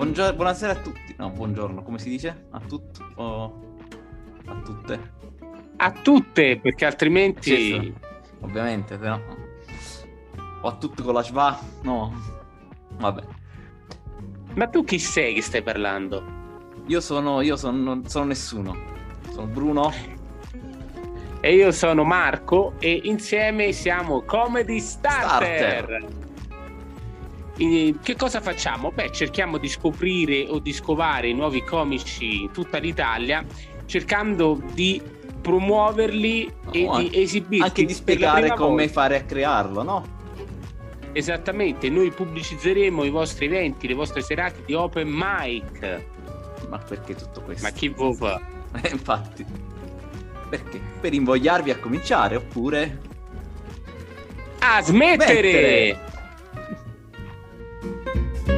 Buonasera a tutti. No, buongiorno, come si dice? A tutti o a tutte? A tutte, perché altrimenti... Sì, ovviamente, se no. O a tutti con la schwa? No. Vabbè. Ma tu chi sei che stai parlando? Io sono nessuno. Sono Bruno. E io sono Marco e insieme siamo Comedy Starter. Che cosa facciamo? Beh, cerchiamo di scoprire o di scovare i nuovi comici in tutta l'Italia, cercando di promuoverli e di esibirli. Anche di spiegare come fare a crearlo, no? Esattamente, noi pubblicizzeremo i vostri eventi, le vostre serate di open mic. Ma perché tutto questo? Ma chi vuoi fa? Infatti. Perché? Per invogliarvi a cominciare, oppure... A smettere!